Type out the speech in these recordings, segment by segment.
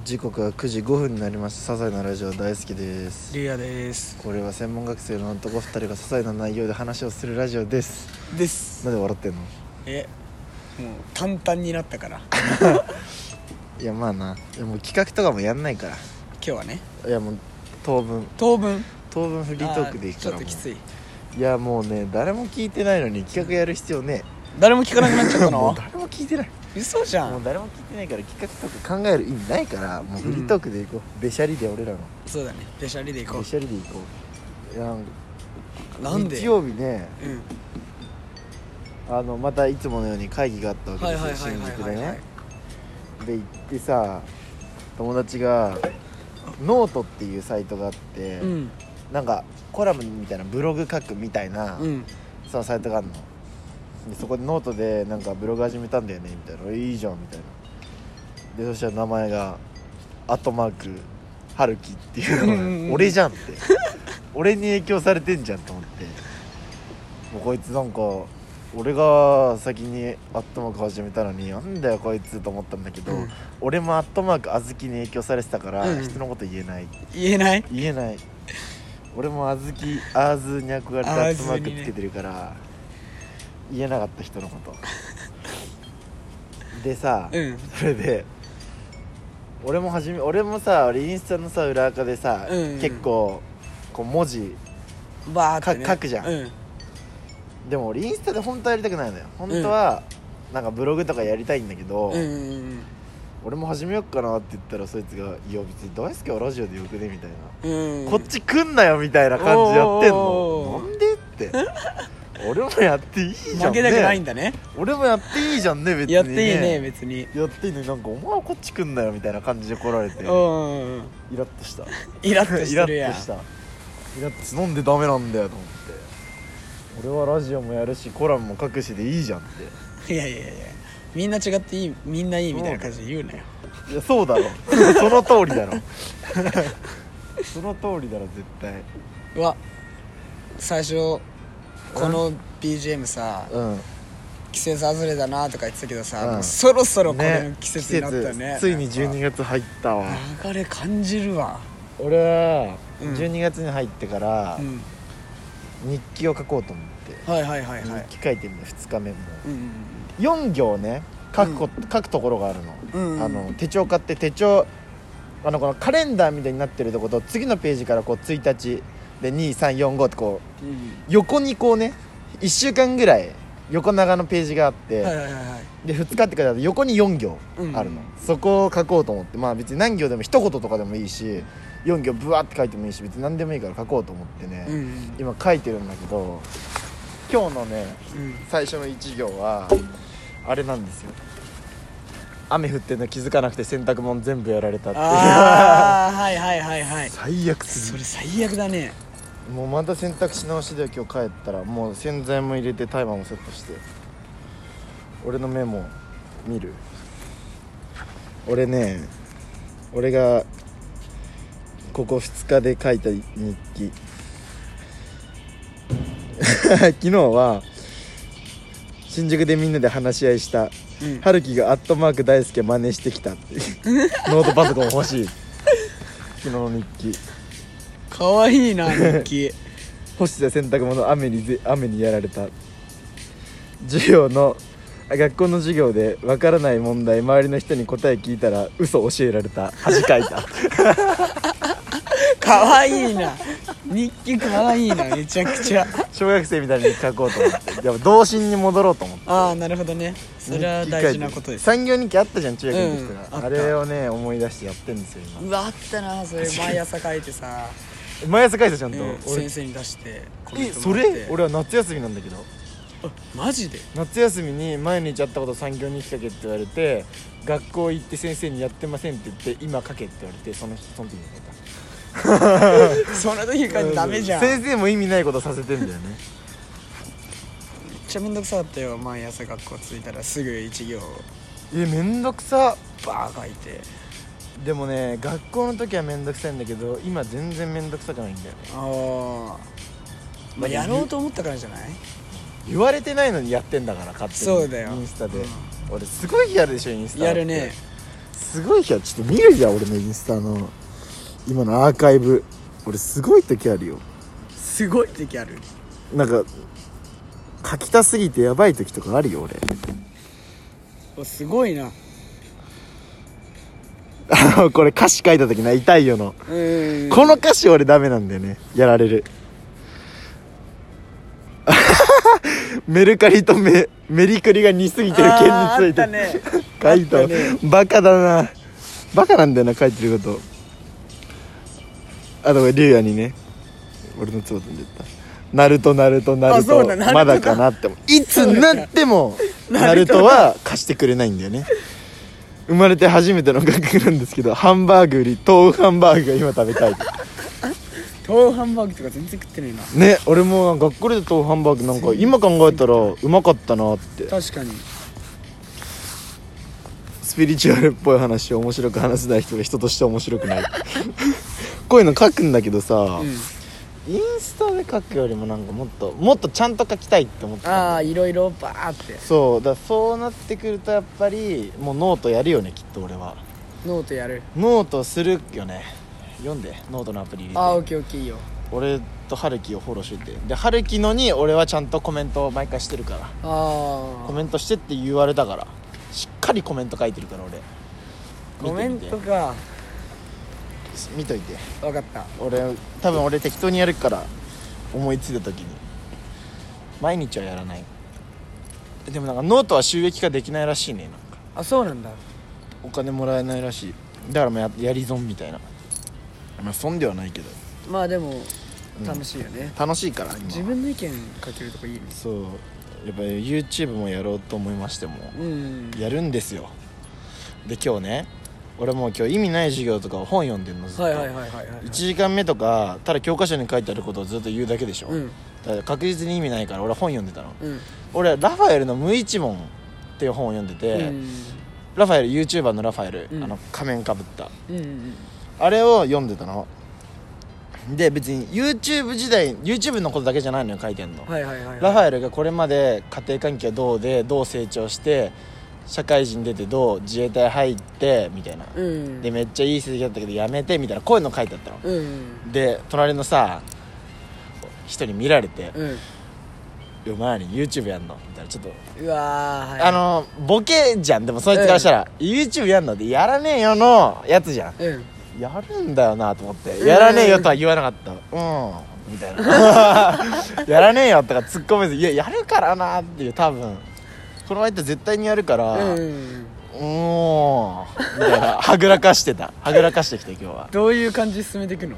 時刻は9時5分になりました。些細なラジオ大好きです。 リアです。 これは専門学生の男2人が些細な内容で話をするラジオです。なんで笑ってんの？ もう淡々になったからいやまあな、でも企画とかもやんないから。 今日はね、 いやもう当分フリートークでいくから。 ちょっときつい。 いやもうね、誰も聞いてないのに企画やる必要ね。 誰も聞かなくなっちゃったの？ もう誰も聞いてない。 嘘じゃん。 もう誰も聞いてないから企画とか考える意味ないから、もうフリートークでいこう、べしゃりで俺らの。 そうだね、べしゃりでいこう。 べしゃりでいこう。いやなんで日曜日ね、またいつものように会議があったわけですよ、新宿でね。で行ってさ、友達がノートっていうサイトがあって、なんかコラムみたいな、ブログ書くみたいな、そのサイトがあるので、そこでノートでなんかブログ始めたんだよねみたいな。いいじゃんみたいな。でそしたら名前がアットマークはるきっていうの俺じゃんって俺に影響されてんじゃんと思って、もうこいつなんか俺が先にアットマーク始めたのになんだよこいつと思ったんだけど、俺もアットマークあずきに影響されてたから、人のこと言えない俺もあずきあーずに憧れてアットマークつけてるから、言えなかった人のことでさ、それで俺もさ、インスタのさ裏垢でさ、結構こう文字バーって、 書くじゃん、でも俺インスタで本当はやりたくないのよ。本当はなんかブログとかやりたいんだけど、俺も始めよっかなって言ったら、そいつがいや別に大好きはラジオでよくねみたいな、こっち来んなよみたいな感じでやってんの。なんでって俺もやっていいじゃんね。 負けたくないんだね。 俺もやっていいじゃんね、別にね。 やっていいね、別にやっていいね。なんかお前はこっち来んなよみたいな感じで来られて、イラッとした。 イラッとしてるやん。 イラッとなんでダメなんだよと思って。俺はラジオもやるしコラムも書くしでいいじゃんって。 いやみんな違っていい、みんないいみたいな感じで言うなよ。 いやそうだろその通りだろその通りだろ絶対。 うわ、最初この BGM さ、季節外れだなとか言ってたけどさ、もうそろそろこれの季節になったね。 ついに12月入ったわ。 流れ感じるわ。 俺は12月に入ってから、日記を書こうと思って、日記書いてみた。2日目も、4行ね書くところがあるの。手帳買って、手帳このカレンダーみたいになってるとこと、次のページからこう1日で2345ってこう、横にこうね1週間ぐらい横長のページがあって、で2日って書いてある横に4行あるの、そこを書こうと思って、まあ別に何行でも一言とかでもいいし、4行ブワーって書いてもいいし、別に何でもいいから書こうと思ってね、今書いてるんだけど、今日のね、最初の1行はあれなんですよ。雨降ってんの気づかなくて洗濯物全部やられたっていう。最悪すぎる。 それ最悪だね。 もうまた洗濯し直しで今日帰ったら、もう洗剤も入れてタイマーもセットして。俺のメモ見る？俺がここ2日で書いた日記昨日は新宿でみんなで話し合いした、春樹がアットマーク大好き真似してきたってノートパソコン欲しい昨日の日記かわいいな日記干した洗濯物雨にやられた。学校の授業でわからない問題、周りの人に答え聞いたら嘘教えられた。恥かいたかわいいな日記、かわいいな、めちゃくちゃ小学生みたいに書こうと思って、でも童心に戻ろうと思って。 ああなるほどね、それは大事なことです。 産業日記あったじゃん、中学の時から、あれをね思い出してやってるんですよ今。 うわ、あったなそれ。毎朝書いてさ毎朝書いてちゃんと、 先生に出して。 それ俺は夏休みなんだけど。 マジで？ 夏休みに毎日やったこと産業日記書けって言われて、学校行って先生にやってませんって言って今書けって言われて、その時に書いたその時からダメじゃん。 先生も意味ないことさせてんだよね。 めっちゃめんどくさかったよ、毎朝学校着いたらすぐ1行めんどくさバー書いて。 でもね、学校の時はめんどくさいんだけど、今全然めんどくさくないんだよね。 まあやろうと思ったからじゃない？ 言われてないのにやってんだから、勝手に。 そうだよ、 インスタで、俺すごいやるでしょインスタ。 やるね。 すごい日はちょっと見るじゃん俺のインスタの今のアーカイブ。俺すごい時あるよ。 すごい時ある。 なんか書きたすぎてやばい時とかあるよ俺。すごいな。 これ歌詞書いた時な、痛いよのこの歌詞俺ダメなんだよね、やられる。メルカリとメリクリが似すぎてる件について、ね、書いた、ね、バカだな、バカなんだよな書いてること。あとこれリュウヤにね、俺のツボ飛んでったナルトまだかなってもいつになってもナルトは貸してくれないんだよね。生まれて初めての学なんですけど、ハンバーグより豆腐ハンバーグが今食べたい。 豆腐ハンバーグとか全然食ってないな。 ね、俺も学校で豆腐ハンバーグなんか今考えたらうまかったなって。確かにスピリチュアルっぽい話を面白く話せない人が人として面白くない。こういうの書くんだけどさ、インスタで書くよりもなんかもっとちゃんと書きたいって思って。 ああ、いろいろバーって。 そうだ、そうなってくるとやっぱりもうノートやるよね、きっと俺は。 ノートやる。 ノートするよね。読んで、ノートのアプリ入れて。 あー、オッケーオッケー、いいよ。 俺と春樹をフォローしてて、で春樹のに俺はちゃんとコメントを毎回してるから。コメントしてって言われたから、しっかりコメント書いてるから俺。 コメントか。 見といて。 分かった。 多分俺適当にやるから、思いついた時に。毎日はやらない。でもなんかノートは収益化できないらしいね。なんかあ、そうなんだ。 お金もらえないらしい。だからもうやり損みたいな。まあ損ではないけど、 まあでも楽しいよね、 楽しいから今自分の意見書けるとこいいね。 そう、やっぱり YouTube もやろうと思いましても、やるんですよ。で今日ね、俺もう今日意味ない授業とかを本読んでんのずっと。1時間目とかただ教科書に書いてあることをずっと言うだけでしょ、だから確実に意味ないから俺は本読んでたの、俺ラファエルの無一文っていう本を読んでて、ラファエル YouTuber のラファエル、仮面かぶった、あれを読んでたので、別に YouTube 時代 YouTube のことだけじゃないのよ書いてんの、ラファエルがこれまで家庭環境はどうでどう成長して社会人出てどう自衛隊入ってみたいな、でめっちゃいい成績だったけどやめてみたいな、こういうの書いてあったの、で隣のさ人に見られて、お前に YouTube やんのみたいな、ちょっとうわボケじゃん。でもそいつからしたら、YouTube やんのでやらねえよのやつじゃん、やるんだよなと思って、やらねえよとは言わなかった、みたいなやらねえよとか突っ込めず、いややるからなっていう、多分この相手絶対にやるから、みたいなはぐらかしてきて今日は。 どういう感じで進めていくの？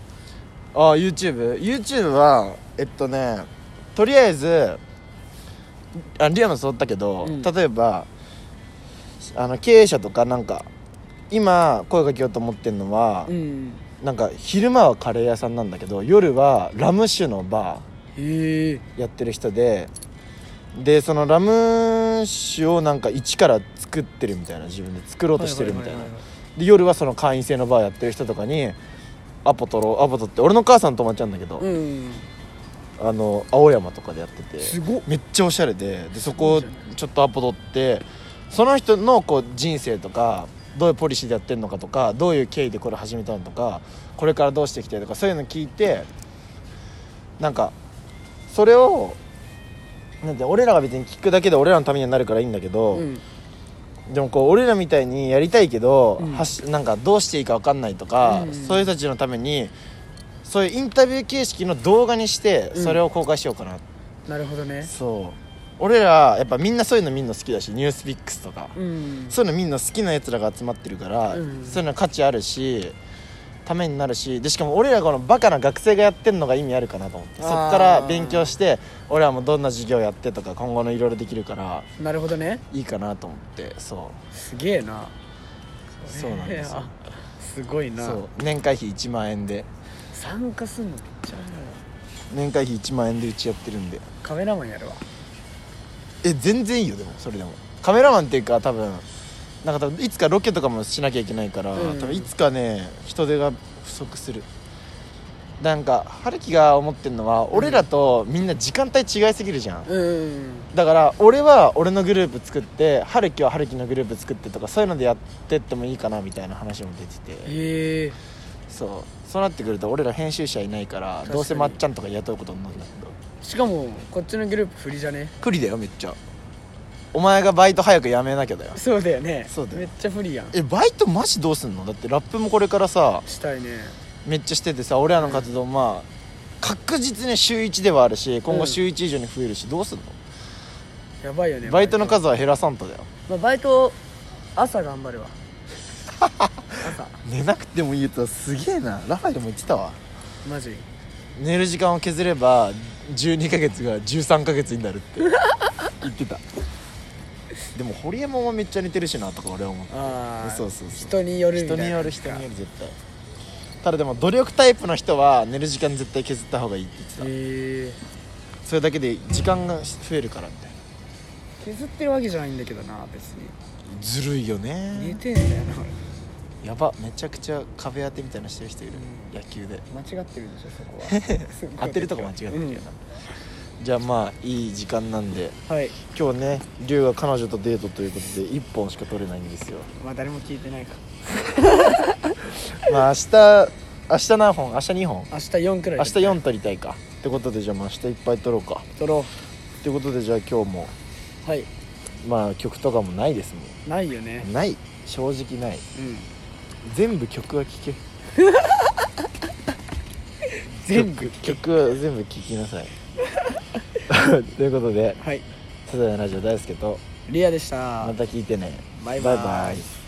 YouTube はとりあえずリアもそうだったけど、例えば経営者とかなんか今声かけようと思ってるのは、なんか昼間はカレー屋さんなんだけど夜はラム酒のバーやってる人で、そのラム酒をなんか一から作ってるみたいな、自分で作ろうとしてるみたいな。で夜はその会員制のバーやってる人とかにアポ取って俺の母さんと泊まっちゃうんだけど、青山とかでやっててめっちゃおしゃれで、そこをちょっとアポ取って、その人のこう人生とかどういうポリシーでやってるのかとか、どういう経緯でこれ始めたのとか、これからどうしていきたいとか、そういうの聞いて、なんかそれをなんて俺らが別に聞くだけで俺らのためにはなるからいいんだけど、でもこう俺らみたいにやりたいけど、なんかどうしていいか分かんないとか、そういう人たちのためにそういうインタビュー形式の動画にしてそれを公開しようかな、 なるほどね。 そう俺らやっぱみんなそういうの見るの好きだし、ニュースピックスとか、そういうのみんな好きなやつらが集まってるから、そういうの価値あるしためになるし、でしかも俺らこのバカな学生がやってんのが意味あるかなと思って、そっから勉強して俺らもどんな授業やってとか今後のいろいろできるから、 なるほどね、 いいかなと思って。そうすげえな。 そうなんですよ。 すごいな。 そう年会費1万円で参加すんのめっちゃ年会費1万円でうちやってるんで、 カメラマンやるわ。 全然いいよ。でもそれでもカメラマンっていうか多分いつかロケとかもしなきゃいけないから、多分いつかね人手が不足する。 なんか春樹が思ってるのは、俺らとみんな時間帯違いすぎるじゃん、だから俺は俺のグループ作って春樹は春樹のグループ作ってとか、そういうのでやってってもいいかなみたいな話も出てて、そうなってくると俺ら編集者いないから、どうせまっちゃんとか雇うことになるんだけど、 しかもこっちのグループ不利じゃね？ 不利だよめっちゃ。お前がバイト早く辞めなきゃだよ。 そうだよね。 そうだよ。 めっちゃ不利やん。 バイトマジどうすんの？だってラップもこれからさしたいね、 めっちゃしててさ、俺らの活動、まあ確実に週1ではあるし、今後週1以上に増えるし、どうすんの？ やばいよね。 バイトの数は減らさんとだよ。 まあ、バイト朝頑張るわ朝寝なくてもいいとすげえな。ラファエルも言ってたわ。 マジ？ 寝る時間を削れば12ヶ月が13ヶ月になるって言ってた。でも堀山もめっちゃ似てるしなとか俺は思って。そう人によるみたいな。 人による絶対。ただでも努力タイプの人は寝る時間絶対削った方がいいって言ってた。それだけで時間が増えるからみたいな。 削ってるわけじゃないんだけどな、別に。 ずるいよね。 似てんだよな。 やば、めちゃくちゃ壁当てみたいなしてる人いる、野球で。 間違ってるでしょそこは。 当てるとこ間違ってるよな、じゃあまあいい時間なんで、今日ね龍が彼女とデートということで1本しか取れないんですよ。 まあ誰も聞いてないか。 まあ明日何本？明日2本？ 明日4くらい。 明日4取りたいかってことで、じゃあまあ明日いっぱい取ろうか。 取ろうってことで、じゃあ今日もまあ曲とかもないですもん。 ないよね。 ない、正直ない。全部曲は聴け。全部曲は全部聴きなさい。ということで、サザエのラジオ大輔とリアでした。 また聞いてね。 バイバイ。